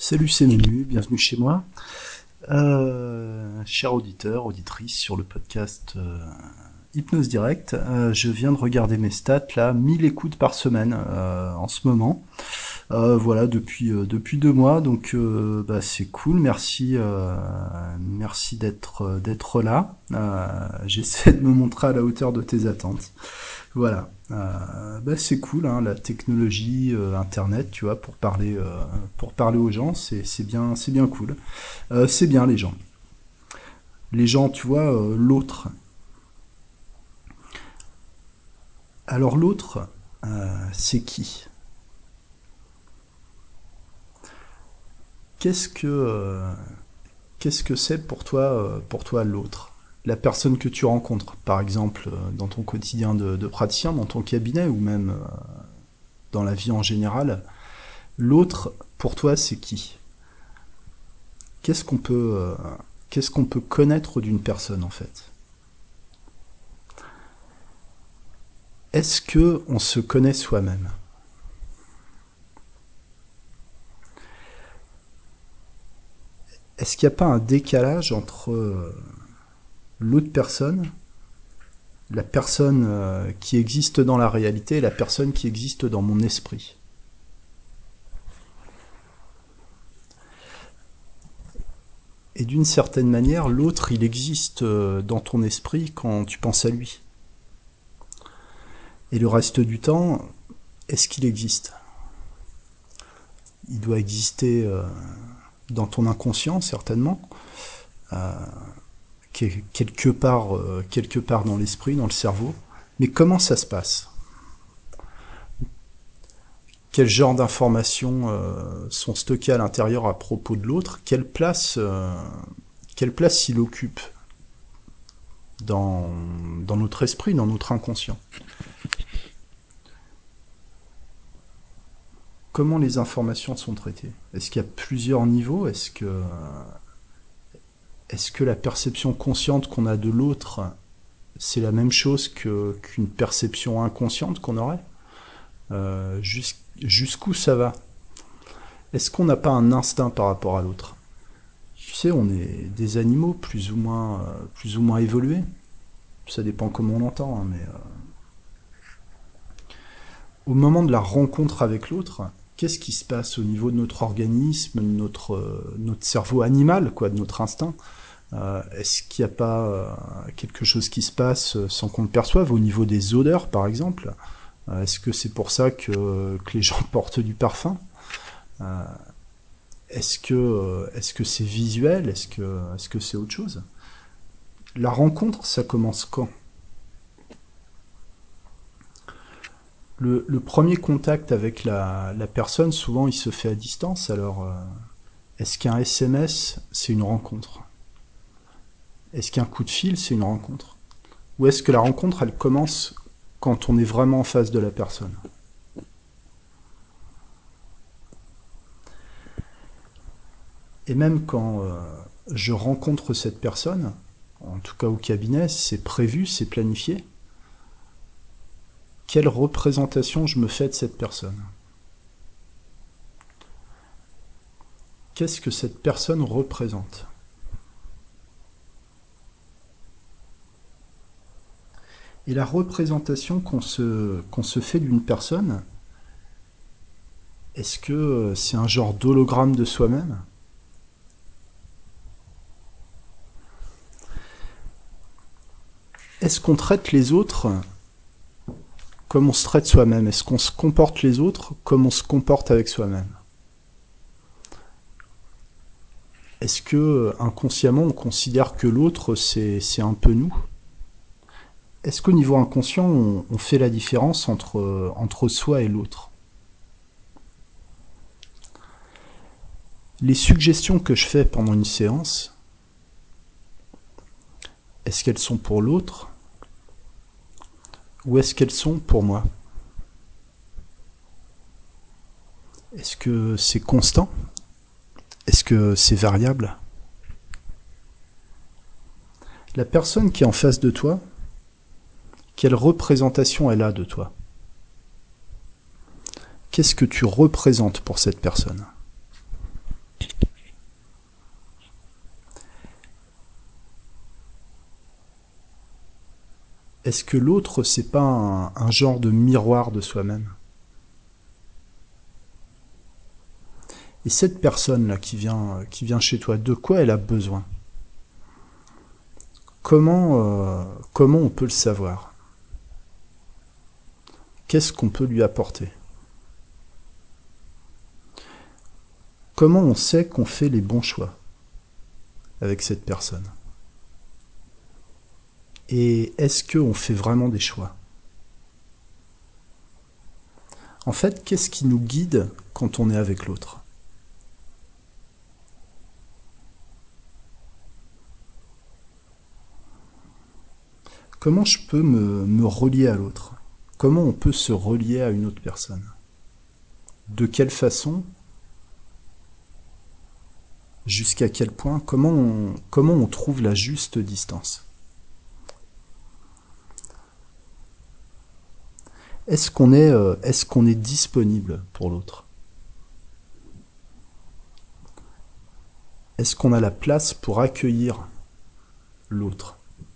Salut, c'est Manu, bienvenue chez moi. Cher auditeur, auditrice sur le podcast Hypnose Direct, je viens de regarder mes stats, là, 1000 écoutes par semaine en ce moment. Voilà, depuis 2 mois, donc bah, c'est cool, merci d'être là. J'essaie de me montrer à la hauteur de tes attentes. Voilà. Bah c'est cool, hein, la technologie, Internet, tu vois, pour parler aux gens, c'est bien cool. C'est bien les gens. Les gens, tu vois, l'autre. Alors l'autre, c'est qui? Qu'est-ce que qu'est-ce que c'est pour toi l'autre? La personne que tu rencontres, par exemple, dans ton quotidien de praticien, dans ton cabinet ou même dans la vie en général, l'autre, pour toi, c'est qui? Qu'est-ce qu'on peut, euh, qu'est-ce qu'on peut connaître d'une personne en fait? Est-ce que on se connaît soi-même? Est-ce qu'il n'y a pas un décalage entre l'autre personne, la personne qui existe dans la réalité et la personne qui existe dans mon esprit? Et d'une certaine manière, l'autre, il existe dans ton esprit quand tu penses à lui. Et le reste du temps, est-ce qu'il existe? Il doit exister dans ton inconscient, certainement, quelque part dans l'esprit, dans le cerveau. Mais comment ça se passe? Quel genre d'informations sont stockées à l'intérieur à propos de l'autre? Quelle place il occupe dans notre esprit, dans notre inconscient? Comment les informations sont traitées? Est-ce qu'il y a plusieurs niveaux? Est-ce que la perception consciente qu'on a de l'autre, c'est la même chose qu'une perception inconsciente qu'on aurait? Jusqu'où ça va? Est-ce qu'on n'a pas un instinct par rapport à l'autre? Tu sais, on est des animaux plus ou moins évolués. Ça dépend comment on l'entend, hein, mais au moment de la rencontre avec l'autre, qu'est-ce qui se passe au niveau de notre organisme, de notre cerveau animal, quoi, de notre instinct? Est-ce qu'il n'y a pas quelque chose qui se passe sans qu'on le perçoive au niveau des odeurs, par exemple? Est-ce que c'est pour ça que les gens portent du parfum? Euh, est-ce que c'est visuel? Est-ce que c'est autre chose? La rencontre, ça commence quand? Le premier contact avec la personne, souvent, il se fait à distance. Alors, est-ce qu'un SMS, c'est une rencontre? Est-ce qu'un coup de fil, c'est une rencontre? Ou est-ce que la rencontre, elle commence quand on est vraiment en face de la personne? Et même quand je rencontre cette personne, en tout cas au cabinet, c'est prévu, c'est planifié, quelle représentation je me fais de cette personne? Qu'est-ce que cette personne représente? Et la représentation qu'on se fait d'une personne, est-ce que c'est un genre d'hologramme de soi-même? Est-ce qu'on traite les autres comme on se traite soi-même? Est-ce qu'on se comporte les autres comme on se comporte avec soi-même? Est-ce que inconsciemment on considère que l'autre c'est un peu nous? Est-ce qu'au niveau inconscient on fait la différence entre soi et l'autre? Les suggestions que je fais pendant une séance, est-ce qu'elles sont pour l'autre ou est-ce qu'elles sont pour moi? Est-ce que c'est constant? Est-ce que c'est variable? La personne qui est en face de toi, quelle représentation elle a de toi? Qu'est-ce que tu représentes pour cette personne? Est-ce que l'autre, c'est pas un genre de miroir de soi-même? Et cette personne-là qui vient chez toi, de quoi elle a besoin? Comment on peut le savoir? Qu'est-ce qu'on peut lui apporter? Comment on sait qu'on fait les bons choix avec cette personne? Et est-ce qu'on fait vraiment des choix? En fait, qu'est-ce qui nous guide quand on est avec l'autre? Comment je peux me relier à l'autre? Comment on peut se relier à une autre personne? De quelle façon? Jusqu'à quel point? Comment on trouve la juste distance? Est-ce qu'on est disponible pour l'autre? Est-ce qu'on a la place pour accueillir l'autre?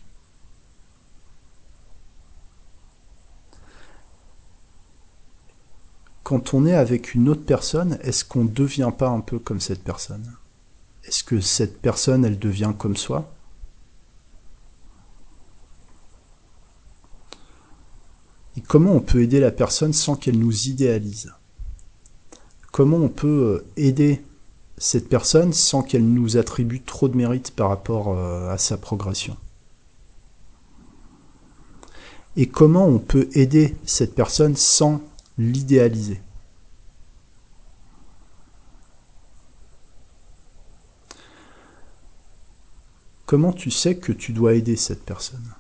Quand on est avec une autre personne, est-ce qu'on ne devient pas un peu comme cette personne? Est-ce que cette personne, elle devient comme soi? Et comment on peut aider la personne sans qu'elle nous idéalise? Comment on peut aider cette personne sans qu'elle nous attribue trop de mérite par rapport à sa progression? Et comment on peut aider cette personne sans l'idéaliser? Comment tu sais que tu dois aider cette personne?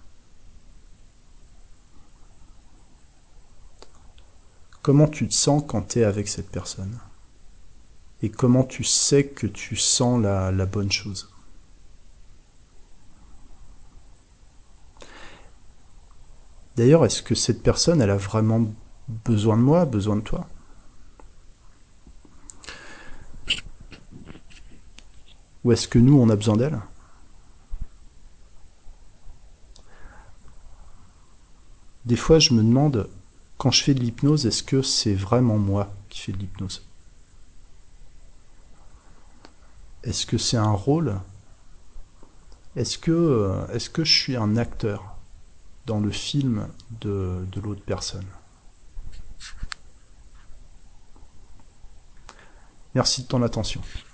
Comment tu te sens quand tu es avec cette personne? Et comment tu sais que tu sens la bonne chose? D'ailleurs, est-ce que cette personne, elle a vraiment besoin de moi, besoin de toi? Ou est-ce que nous, on a besoin d'elle? Des fois, je me demande, quand je fais de l'hypnose, est-ce que c'est vraiment moi qui fais de l'hypnose? Est-ce que c'est un rôle? Est-ce que je suis un acteur dans le film de l'autre personne? Merci de ton attention.